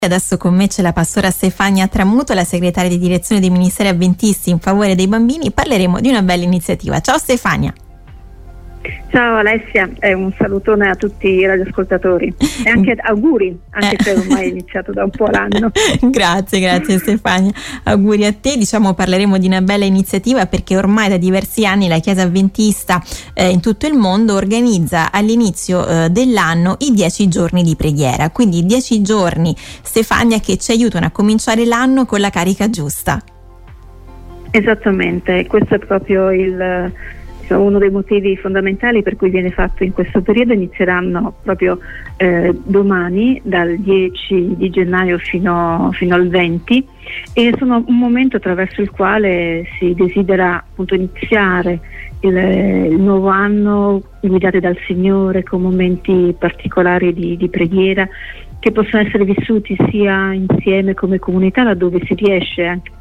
Adesso con me c'è la pastora Stefania Tramuto, la segretaria di direzione dei ministeri avventisti in favore dei bambini. Parleremo di una bella iniziativa. Ciao Stefania. Ciao Alessia, un salutone a tutti i radioascoltatori e anche auguri, anche se ormai è iniziato da un po' l'anno. Grazie Stefania, auguri a te. Parleremo di una bella iniziativa perché ormai da diversi anni la Chiesa Avventista in tutto il mondo organizza all'inizio dell'anno i 10 giorni di preghiera, quindi 10 giorni, Stefania, che ci aiutano a cominciare l'anno con la carica giusta. Esattamente, questo è proprio uno dei motivi fondamentali per cui viene fatto in questo periodo. Inizieranno proprio domani, dal 10 di gennaio fino al 20, e sono un momento attraverso il quale si desidera appunto iniziare il nuovo anno guidati dal Signore, con momenti particolari di preghiera che possono essere vissuti sia insieme come comunità, laddove si riesce anche,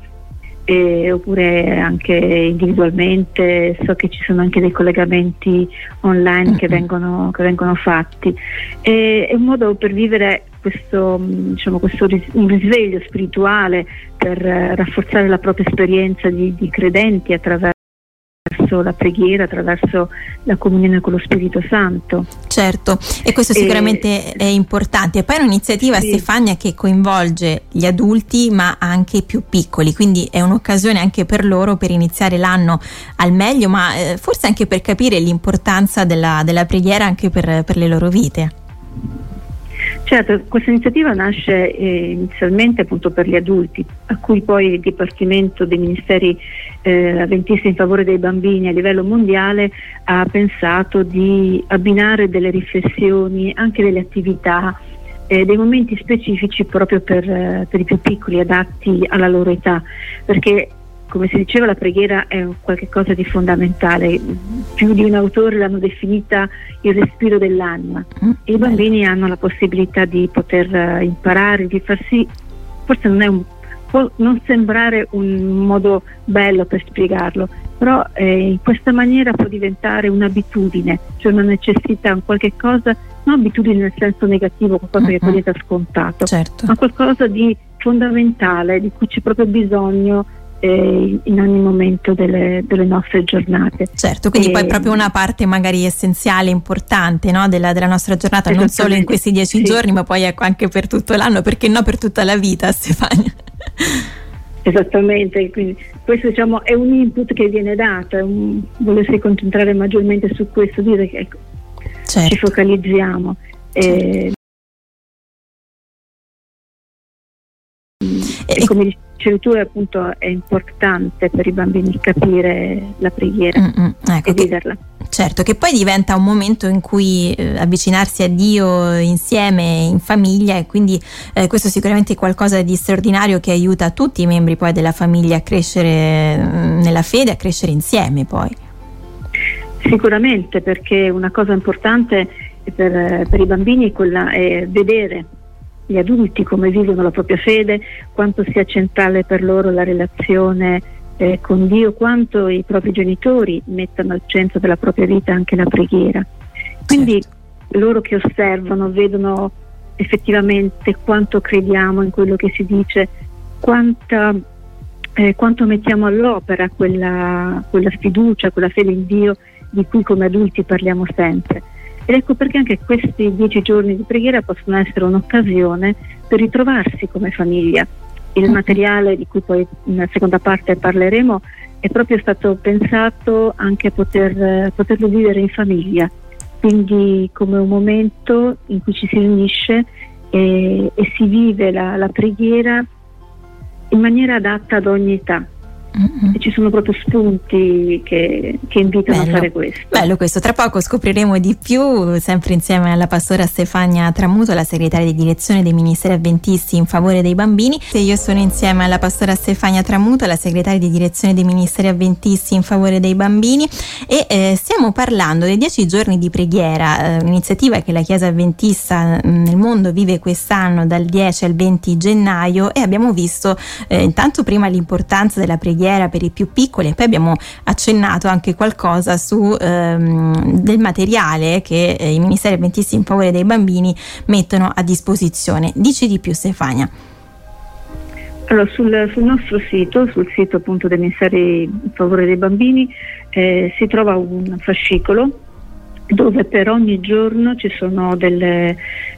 oppure anche individualmente. So che ci sono anche dei collegamenti online che vengono fatti. È un modo per vivere un risveglio spirituale, per rafforzare la propria esperienza di credenti attraverso la preghiera, attraverso la comunione con lo Spirito Santo. Certo, e questo sicuramente è importante. E poi è un'iniziativa, sì, Stefania, che coinvolge gli adulti ma anche i più piccoli, quindi è un'occasione anche per loro per iniziare l'anno al meglio, ma forse anche per capire l'importanza della preghiera anche per le loro vite. Certo, questa iniziativa nasce inizialmente appunto per gli adulti, a cui poi il Dipartimento dei Ministeri Avventisti in favore dei bambini a livello mondiale ha pensato di abbinare delle riflessioni, anche delle attività, dei momenti specifici proprio per i più piccoli, adatti alla loro età, perché, come si diceva, la preghiera è qualcosa di fondamentale. Più di un autore l'hanno definita il respiro dell'anima, e i bambini hanno la possibilità di poter imparare, di far sì. Forse può non sembrare un modo bello per spiegarlo, però in questa maniera può diventare un'abitudine, cioè una necessità, un qualche cosa, non abitudine nel senso negativo, qualcosa che poi diventa scontato, certo, ma qualcosa di fondamentale, di cui c'è proprio bisogno in ogni momento delle nostre giornate. Certo, quindi poi è proprio una parte magari essenziale, importante, no? della nostra giornata, non solo in questi 10 giorni, ma poi ecco anche per tutto l'anno, perché no, per tutta la vita, Stefania. Esattamente, quindi questo è un input che viene dato, volersi concentrare maggiormente su questo, dire che ci focalizziamo. Certo. E come dicevi tu, appunto, è importante per i bambini capire la preghiera e viverla. Certo, che poi diventa un momento in cui avvicinarsi a Dio insieme, in famiglia, e quindi questo sicuramente è qualcosa di straordinario che aiuta tutti i membri poi della famiglia a crescere nella fede, a crescere insieme poi. Sicuramente, perché una cosa importante per i bambini è vedere gli adulti come vivono la propria fede, quanto sia centrale per loro la relazione con Dio, quanto i propri genitori mettano al centro della propria vita anche la preghiera. Quindi loro che osservano vedono effettivamente quanto crediamo in quello che si dice, quanto mettiamo all'opera quella fiducia, quella fede in Dio di cui come adulti parliamo sempre. Ed ecco perché anche questi 10 giorni di preghiera possono essere un'occasione per ritrovarsi come famiglia. Il materiale di cui poi nella seconda parte parleremo è proprio stato pensato anche a poterlo vivere in famiglia, quindi come un momento in cui ci si riunisce e si vive la preghiera in maniera adatta ad ogni età. E ci sono proprio spunti che invitano a fare questo. Bello questo, tra poco scopriremo di più, sempre insieme alla pastora Stefania Tramuto, la segretaria di direzione dei ministeri avventisti in favore dei bambini. Io sono insieme alla pastora Stefania Tramuto, la segretaria di direzione dei ministeri avventisti in favore dei bambini, e stiamo parlando dei 10 giorni di preghiera, un'iniziativa che la Chiesa Avventista nel mondo vive quest'anno dal 10 al 20 gennaio, e abbiamo visto intanto prima l'importanza della preghiera preghiera per i più piccoli, e poi abbiamo accennato anche qualcosa su del materiale che i ministeri adventisti in favore dei bambini mettono a disposizione. Dici di più, Stefania. Allora, sul nostro sito, sul sito appunto dei ministeri in favore dei bambini, si trova un fascicolo dove per ogni giorno ci sono delle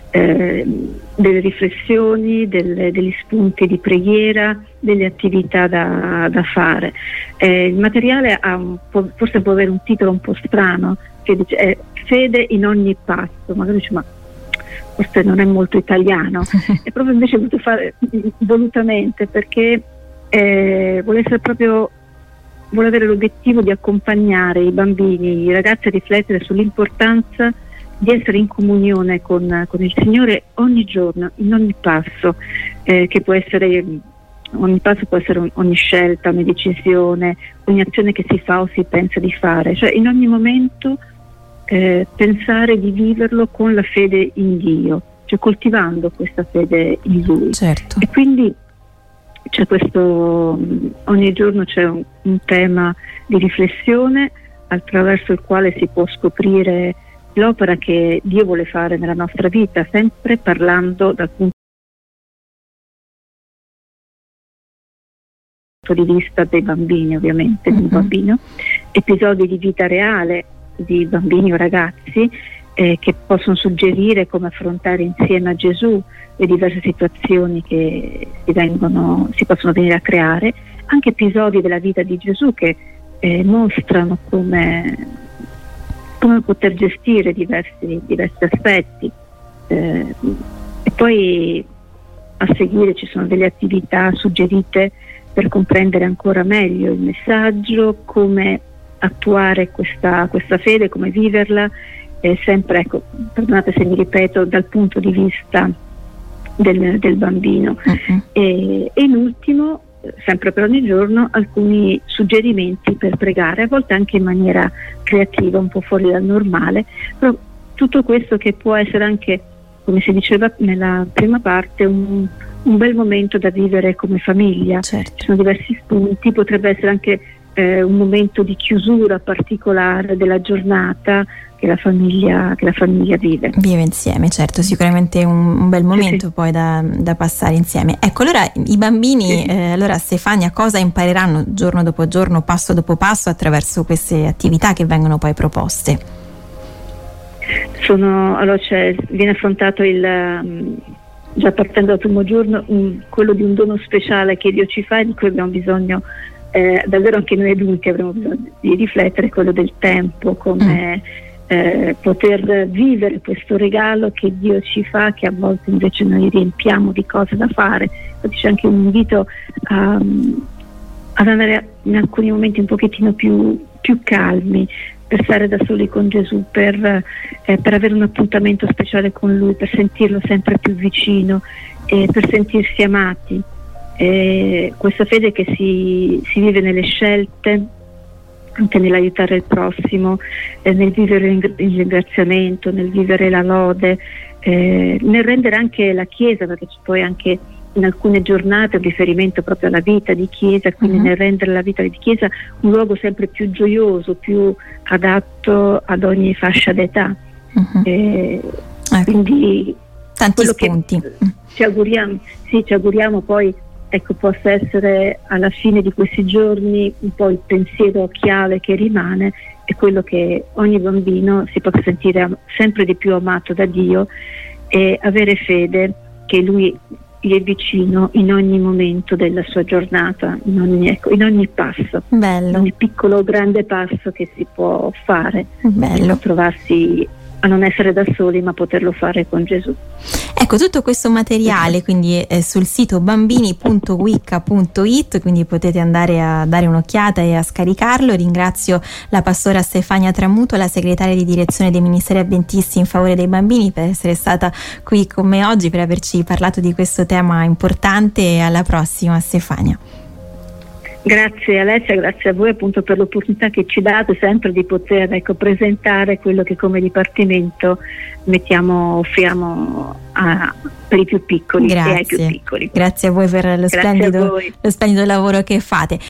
riflessioni, degli spunti di preghiera, delle attività da fare. Il materiale forse può avere un titolo un po' strano, che dice fede in ogni passo, magari dice ma forse non è molto italiano, e proprio invece voluto fare volutamente perché vuole avere l'obiettivo di accompagnare i bambini, i ragazzi a riflettere sull'importanza di essere in comunione con il Signore ogni giorno, in ogni passo, che può essere ogni passo, può essere ogni scelta, ogni decisione, ogni azione che si fa o si pensa di fare, cioè in ogni momento pensare di viverlo con la fede in Dio, cioè coltivando questa fede in Lui. Certo. E quindi c'è ogni giorno c'è un tema di riflessione attraverso il quale si può scoprire l'opera che Dio vuole fare nella nostra vita, sempre parlando dal punto di vista dei bambini, ovviamente, di un bambino, episodi di vita reale di bambini o ragazzi che possono suggerire come affrontare insieme a Gesù le diverse situazioni che si possono venire a creare, anche episodi della vita di Gesù che mostrano come poter gestire diversi aspetti, e poi a seguire ci sono delle attività suggerite per comprendere ancora meglio il messaggio, come attuare questa fede, come viverla, sempre, ecco, perdonate se mi ripeto, dal punto di vista del bambino. E in ultimo, sempre per ogni giorno, alcuni suggerimenti per pregare, a volte anche in maniera creativa, un po' fuori dal normale, però tutto questo che può essere anche, come si diceva nella prima parte, un bel momento da vivere come famiglia. Certo. Ci sono diversi spunti, potrebbe essere anche un momento di chiusura particolare della giornata che la famiglia vive insieme. Certo, sicuramente un bel momento, sì. Poi da passare insieme. Ecco, allora i bambini, sì. Allora Stefania, cosa impareranno giorno dopo giorno, passo dopo passo, attraverso queste attività che vengono poi proposte? Viene affrontato già partendo dal primo giorno quello di un dono speciale che Dio ci fa e di cui abbiamo bisogno. Davvero anche noi adulti avremo bisogno di riflettere, quello del tempo, come poter vivere questo regalo che Dio ci fa, che a volte invece noi riempiamo di cose da fare. Infatti c'è anche un invito ad andare in alcuni momenti un pochettino più calmi, per stare da soli con Gesù, per avere un appuntamento speciale con Lui, per sentirlo sempre più vicino, per sentirsi amati. Questa fede che si vive nelle scelte, anche nell'aiutare il prossimo, nel vivere il ringraziamento, nel vivere la lode, nel rendere anche la Chiesa, perché c'è poi anche in alcune giornate un riferimento proprio alla vita di Chiesa, quindi nel rendere la vita di Chiesa un luogo sempre più gioioso, più adatto ad ogni fascia d'età. Ecco. Quindi tanti spunti. Ci auguriamo poi, ecco, possa essere alla fine di questi giorni un po' il pensiero chiave che rimane, è quello che ogni bambino si possa sentire sempre di più amato da Dio e avere fede che Lui gli è vicino in ogni momento della sua giornata, in ogni passo. Bello. In ogni piccolo o grande passo che si può fare. Bello. Trovarsi a non essere da soli, ma poterlo fare con Gesù. Ecco, tutto questo materiale quindi è sul sito bambini.wicca.it, quindi potete andare a dare un'occhiata e a scaricarlo. Ringrazio la pastora Stefania Tramuto, la segretaria di direzione dei ministeri adventisti in favore dei bambini, per essere stata qui con me oggi, per averci parlato di questo tema importante, e alla prossima, Stefania. Grazie Alessia, grazie a voi appunto per l'opportunità che ci date sempre di poter, ecco, presentare quello che come Dipartimento offriamo per i più piccoli. Grazie. E ai più piccoli. Grazie a voi per lo splendido lavoro che fate.